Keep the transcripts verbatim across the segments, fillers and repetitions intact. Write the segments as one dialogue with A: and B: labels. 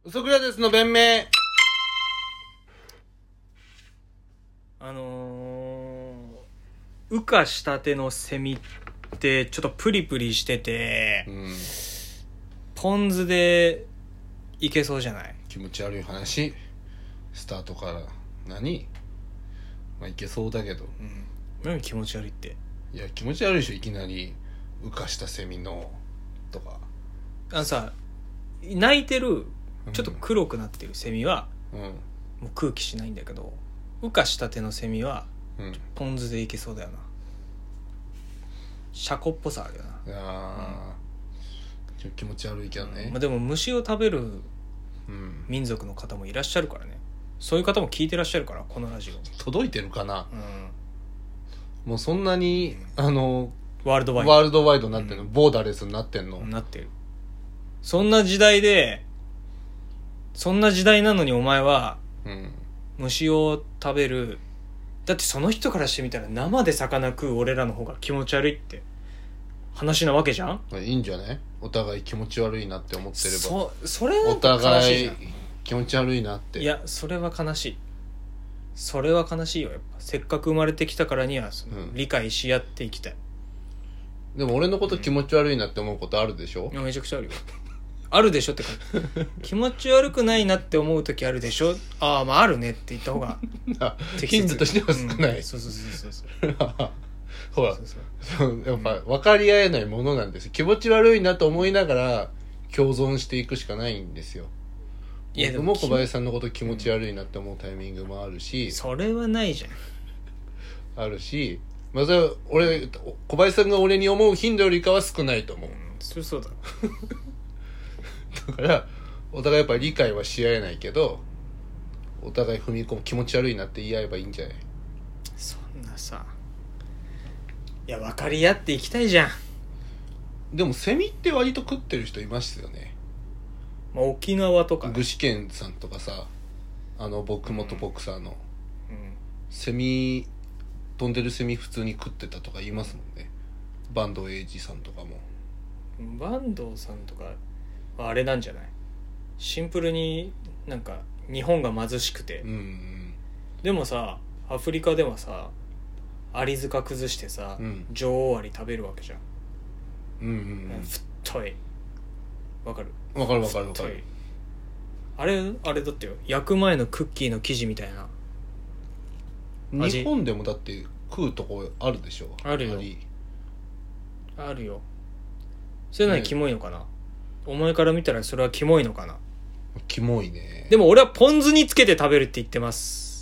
A: ソクラテスの弁明。
B: あのー、羽化したてのセミってちょっとプリプリしてて、
A: うん、
B: ポン酢でいけそうじゃない？
A: 気持ち悪い話スタートから何、まあ、いけそうだけど、
B: うん、何気持ち悪いって。
A: いや気持ち悪いでしょ、いきなり羽化したセミのとか。
B: あのさ、鳴いてるちょっと黒くなってるセミは、うん、もう空気しないんだけど、羽化したてのセミは、うん、ポン酢でいけそうだよな。シャコっぽさあるよな。
A: いや、うん、気持ち悪いけどね、
B: うん、まあ、でも虫を食べる民族の方もいらっしゃるからね。そういう方も聞いてらっしゃるから、このラジオ
A: 届いてるかな、うん、もうそんなに、うん、あの
B: ワールドワイド
A: ワールドワイドになってんの、うん、ボーダーレスになってんの、
B: なってる。そんな時代で、そんな時代なのにお前は、うん、虫を食べる。だってその人からしてみたら生で魚食う俺らの方が気持ち悪いって話なわけじゃん。
A: いいんじゃない？お互い気持ち悪いなって思ってれば。
B: そ、それは
A: お互い気持ち悪いなって。
B: いや、それは悲しい。それは悲しいよ。やっぱせっかく生まれてきたからにはその、うん、理解し合っていきたい。
A: でも俺のこと気持ち悪いなって思うことあるでしょ？
B: いや、めちゃくちゃあるよ。あるでしょってか気持ち悪くないなって思う時あるでしょ。ああ、まああるねって言った方が
A: 頻度としては少ない、
B: うん、そうそうそうそう
A: ほら、そうそうそう、やっぱ分かり合えないものなんですよ。気持ち悪いなと思いながら共存していくしかないんですよ。いやでも小林さんのこと気持ち悪いなって思うタイミングもあるし、
B: それはないじゃん。
A: あるし、まずは俺小林さんが俺に思う頻度よりかは少ないと思う、うん、
B: それそうだ
A: だからお互いやっぱり理解はし合えないけど、お互い踏み込む、気持ち悪いなって言い合えばいいんじゃない？
B: そんなさ、いや分かり合っていきたいじゃん。
A: でもセミって割と食ってる人いますよね、
B: まあ、沖縄とか、ね、
A: 具志堅さんとかさ、あの僕元ボクサーの、うんうん、セミ飛んでるセミ普通に食ってたとか言いますもんね。坂東英二さんとかも。
B: 坂東さんとかあれなんじゃない？シンプルになんか日本が貧しくて、うんうん、でもさアフリカではさアリ塚崩してさ、うん、女王アリ食べるわけじゃん、うんうんうん、太い、わかる？
A: わかるわかるわかる。
B: あれあれだってよ、焼く前のクッキーの生地みたいな。
A: 日本でもだって食うとこあるでしょ。
B: あるよあるよ。それなにキモいのかな、ね、お前から見たらそれはキモいのかな。
A: キモいね。
B: でも俺はポン酢につけて食べるって言ってます。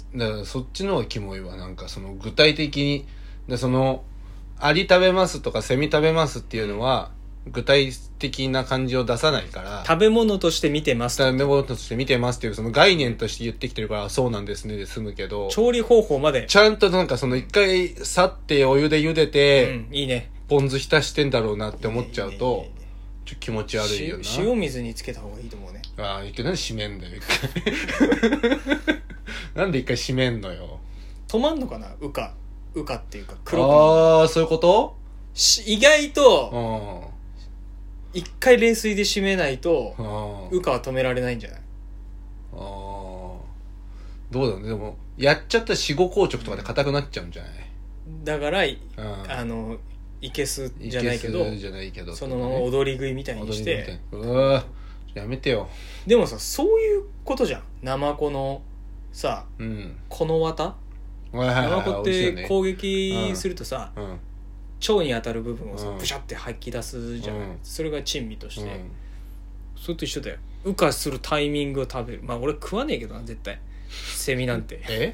A: だからそっちの方がキモいわ。なんかその具体的にで、そのアリ食べますとかセミ食べますっていうのは具体的な感じを出さないから、
B: 食べ物として見てます、
A: 食べ物として見てますっていうその概念として言ってきてるから、そうなんですねで済むけど、
B: 調理方法まで
A: ちゃんとなんかその一回さってお湯で茹でて、
B: うん、いいね、
A: ポン酢浸してんだろうなって思っちゃうと、ちょっと気持ち悪いよな。
B: 塩水につけた方がいいと思うね。
A: ああ、一回なんで締めんだよ一回なんで一回締めんのよ。
B: 止まんのかな、羽化羽化っていうか黒く。
A: ああ、そういうこと？
B: 意外と一回冷水で締めないと羽化は止められないんじゃない？
A: ああ、どうだろうね。でもやっちゃったら死後硬直とかで硬くなっちゃうんじゃない？
B: だからあのいけすじゃないけど、
A: じゃないけど
B: そのまま踊り食いみたいにして。
A: うわやめてよ。
B: でもさ、そういうことじゃん。ナマコのさ、うん、この綿、ナマコって攻撃するとさ、うんうん、腸に当たる部分をさ、ブシャって吐き出すじゃない、うん、それが珍味として、うん、それと一緒だよ。羽化するタイミングを食べる。まあ俺食わねえけどな、絶対セミなんて
A: え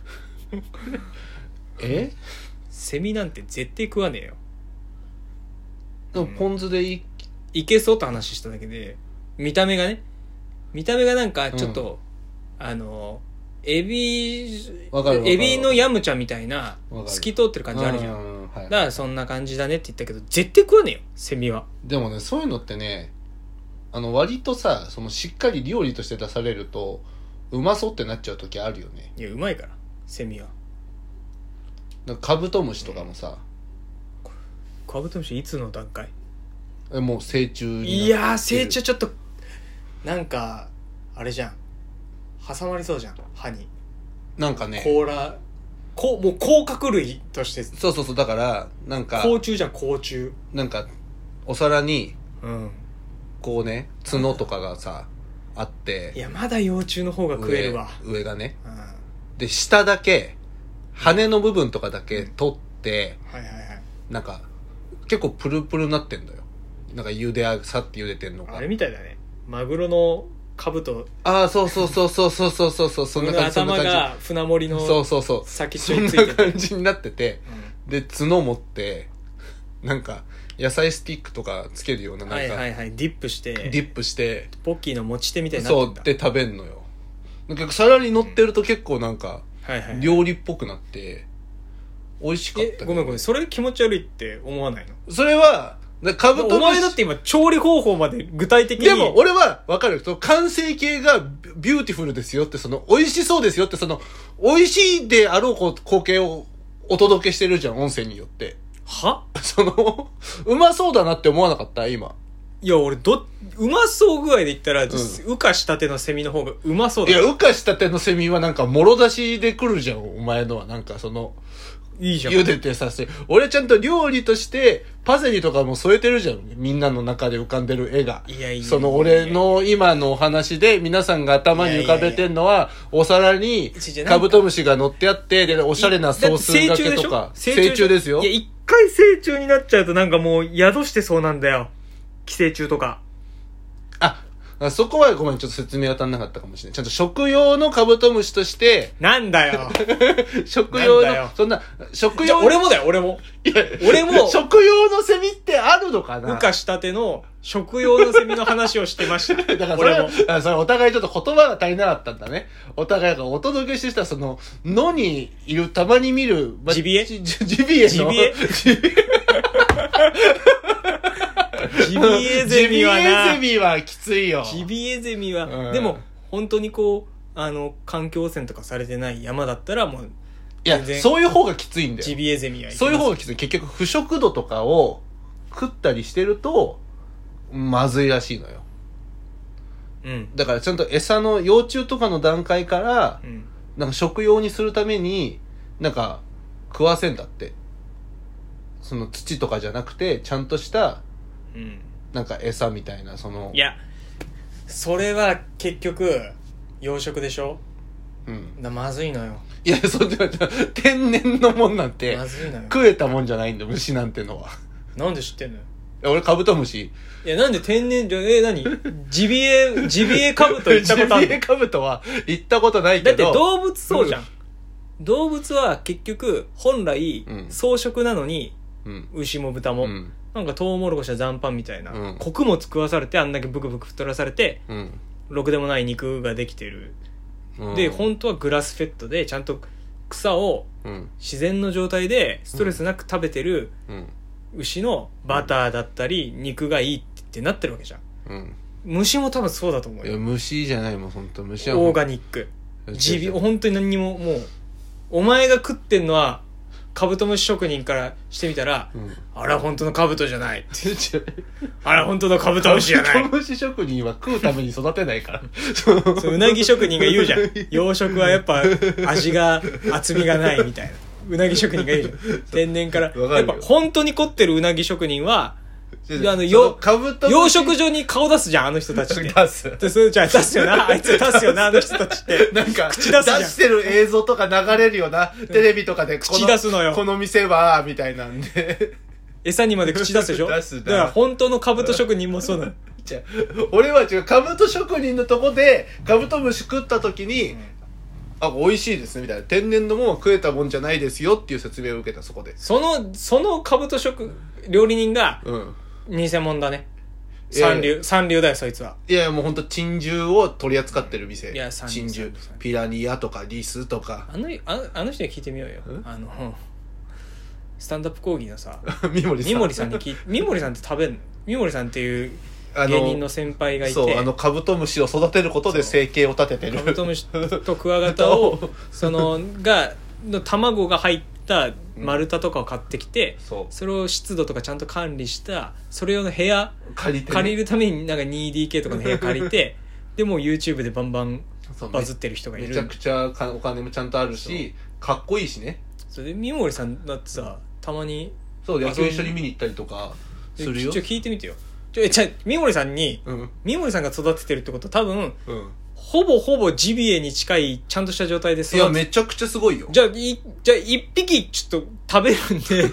A: え
B: セミなんて絶対食わねえよ。
A: でもポン酢でいい、
B: いけそうと話しただけで、見た目がね、見た目がなんかちょっと、うん、あのエビエビのヤムチャみたいな透き通ってる感じあるじゃん、うんうんはい、だからそんな感じだねって言ったけど、絶対食わねえよセミは。
A: でもね、そういうのってね、あの割とさ、そのしっかり料理として出されるとうまそうってなっちゃう時あるよね。
B: いや、うまいからセミは。
A: なんかカブトムシとかもさ、
B: うん、カブトムシいつの段階？
A: もう成虫になってる。
B: いやー、成虫ちょっとなんかあれじゃん、挟まりそうじゃん歯に。
A: なんかね
B: 甲羅こもう甲殻類として。
A: そうそうそう、だからなんか
B: 甲虫じゃん、甲虫。
A: なんかお皿に
B: うん
A: こうね角とかがさあって、
B: いやまだ幼虫の方が食えるわ。
A: 上, 上がね、
B: うん、
A: で下だけ羽の部分とかだけ取って、
B: うん、はいはいはい、
A: なんか結構プルプルになってんだよ。なんか茹であさって茹でてんのか
B: あれみたいだね、マグロの兜。
A: ああそうそうそうそうそうそうそうそう、そんな感じ。
B: 頭が船盛りの
A: そうそうそう
B: 先っちょについてて、
A: そんな感じになってて、うん、で角持ってなんか野菜スティックとかつけるような、なんか
B: はいはいはい、ディップして
A: ディップして
B: ポッキーの持ち手みたいになってんだ。
A: そうで食べんのよ。なんか皿に乗ってると結構なんか
B: はいはいはい、
A: 料理っぽくなって美味しかった、ね、
B: えごめんごめん、それ気持ち悪いって思わないの？
A: それはカブトムシ、
B: お前だって今調理方法まで具体的に。
A: でも俺は分かる。その完成形がビューティフルですよって、その美味しそうですよって、その美味しいであろう光景をお届けしてるじゃん、音声によって。
B: は
A: そのうまそうだなって思わなかった今？
B: いや俺どうまそう具合で言ったら、うん、羽化したてのセミの方がうまそうだ。
A: いや羽化したてのセミはなんかもろ出しで来るじゃん、お前のは。なんかその
B: いいじゃん、
A: 茹でてさせ、俺ちゃんと料理としてパセリとかも添えてるじゃん、みんなの中で浮かんでる絵が。
B: いやいや、
A: その俺の今のお話で皆さんが頭に浮かべてんのは、いやいやいや、お皿にカブトムシが乗ってあって、でおしゃれなソースがけとか。成虫ですよ。
B: いや一回成虫になっちゃうとなんかもう宿してそうなんだよ、寄生虫とか。
A: あ、そこはごめん、ちょっと説明が足んなかったかもしれない。ちゃんと食用のカブトムシとして、
B: なんだよ
A: 食用の、そんな、食用の。
B: 俺もだよ、俺も。いや、俺も。
A: 食用のセミってあるのかな？
B: 羽化したての食用のセミの話をしてました。
A: だからそれ、俺も。だからそれお互いちょっと言葉が足りなかったんだね。お互いがお届けしてた、その、野にいる、たまに見る、
B: ま、ジビエ
A: ジビエの。ジビエ
B: ジビエゼミはな。
A: ジビエゼミはきついよ。
B: ジビエゼミは、うん、でも本当にこうあの環境汚染とかされてない山だったらもう
A: いやそういう方がきついんだよ。
B: ジビエゼミは
A: そういう方がきつい。結局不食度とかを食ったりしてるとまずいらしいのよ。うん。だからちゃんと餌の幼虫とかの段階から、うん、なんか食用にするためになんか食わせんだって。その土とかじゃなくてちゃんとしたうん、なんか餌みたいな、その
B: いやそれは結局養殖でしょ。うんだまずいのよ。
A: いやそっちは天然のもんなんて
B: まずいのよ。
A: 食えたもんじゃないんだよ、虫なんてのは。
B: なんで知ってんのよ。
A: いや俺カブトムシ。
B: いやなんで天然じゃえ何ジビエジビエカブト行ったことあるの？
A: ジビエカブトは行ったことないけど。
B: だって動物そうじゃん、うん、動物は結局本来草食なのに、うん、牛も豚も、うんなんかトウモロコシや残飯みたいな、うん、穀物食わされてあんだけブクブク太らされて、うん、ろくでもない肉ができてる、うん、で本当はグラスフェッドでちゃんと草を自然の状態でストレスなく食べてる牛のバターだったり肉がいいってなってるわけじゃん、うん、虫も多分そうだと思うよ。
A: いや虫じゃないもん本当虫は
B: オーガニックジビ本当に何にももうお前が食ってんのはカブトムシ職人からしてみたら、うん、あれは本当のカブトじゃないあれは本当のカブトムシじゃない。
A: カブトムシ職人は食うために育てないから
B: そううなぎ職人が言うじゃん養殖はやっぱ味が厚みがないみたいなうなぎ職人が言うじゃん天然からやっぱ本当に凝ってるうなぎ職人はあのよ養殖場に顔出すじゃんあの人たちって
A: 出す
B: でそれじゃあ出すよなあいつ出すよなあの人たちって
A: なんか口出すじゃん出してる映像とか流れるよなテレビとかで
B: 口出すのよ
A: この店はみたいなんで
B: 餌にまで口出すでしょ
A: 出す
B: だから本当のカブト職人もそうなの
A: じゃ俺は違うカブト職人のとこでカブトムシ食った時に、うんあ美味しいですねみたいな天然のもんは食えたもんじゃないですよっていう説明を受けたそこで
B: そのそのカブト食料理人が、うん偽物だね。三流三流だよそいつは。
A: いやいやもうほんと珍獣を取り扱ってる店。いや珍獣ピラニアとかリスとか
B: あの あ, あの人に聞いてみようよ。あのスタンダップ講義のさ
A: 三森さん
B: 三森さんに聞い三森さんって食べるの三森さんっていう芸人の先輩がいて
A: そうあのカブトムシを育てることで生計を立ててる
B: カブトムシとクワガタをそのがの卵が入った丸太とかを買ってきて、うん、そ, それを湿度とかちゃんと管理したそれ用の部屋
A: 借りて、ね、
B: 借りるためになんか ツーディーケー とかの部屋借りてでも YouTube でバンバンバズってる人がいる。
A: めちゃくちゃお金もちゃんとあるしかっこいいしね。
B: それで三森さんだってさたまに
A: そう野球一緒に見に行ったりとかするよ。
B: ちょ聞いてみてよ。ちょじゃあ三森さんに、うん、三森さんが育ててるってこと多分、うん、ほぼほぼジビエに近いちゃんとした状態で育てて。
A: いやめちゃくちゃすごいよ。
B: じゃあいじゃあ一匹ちょっと食べるんで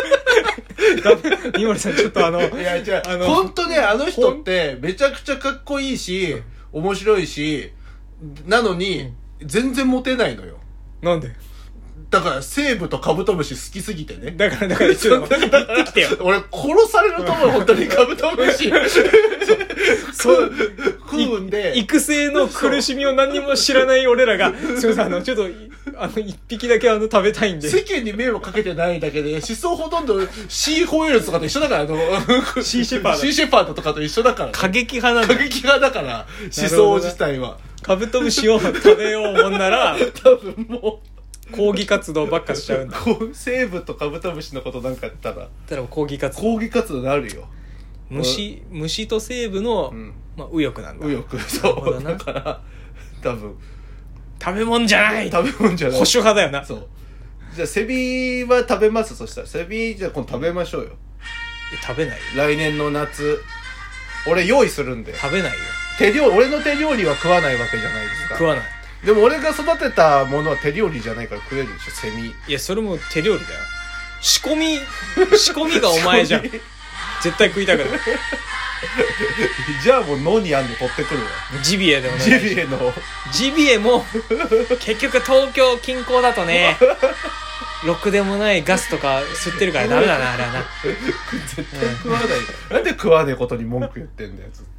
B: 三森さんちょっとあのい
A: やじゃあほんとねあの人ってめちゃくちゃかっこいいし、うん、面白いしなのに、うん、全然モテないのよ。
B: なんで？
A: だから西武とカブトムシ好きすぎてね。
B: だからだからちょっと言ってきてよ。
A: 俺殺されると思う本当にカブトムシ。そう食うんで
B: 育成の苦しみを何にも知らない俺らがすみませんあのちょっとあの一匹だけあの食べたいんで。
A: 世間に迷惑かけてないだけで思想ほとんどシーホエールズとかと一緒だからあの
B: シーシェパード
A: シーシェパードとかと一緒だから、ね、
B: 過激派なんだ。
A: 過激派だから思想自体は。
B: カブトムシを食べようもんなら
A: 多分もう。
B: 抗議活動ばっかしちゃうんだ。
A: 西武とカブトムシのことなんか言ったら
B: たら抗議活動
A: 抗議活動になるよ。
B: 虫虫と西武の、うんまあ、右翼なんだ。
A: 右翼そうだから多分
B: 食べ物じゃない
A: 食べ物じゃない
B: 保守派だよな。
A: そうじゃあセビは食べます。そしたらセビじゃあ今度食べましょうよ。
B: 食べないよ
A: 来年の夏俺用意するんで。
B: 食べないよ。
A: 手料俺の手料理は食わないわけじゃないですか。
B: 食わない。
A: でも俺が育てたものは手料理じゃないから食えるでしょ。セミ
B: いやそれも手料理だよ。仕込み仕込みがお前じゃん絶対食いたくない
A: じゃあもう野にあんの取ってくるわ。
B: ジビエでもない。
A: ジビエの
B: ジビエも結局東京近郊だとねろくでもないガスとか吸ってるからダメだなあれはな
A: 絶対食わない、うん、なんで食わねえことに文句言ってんだよずっ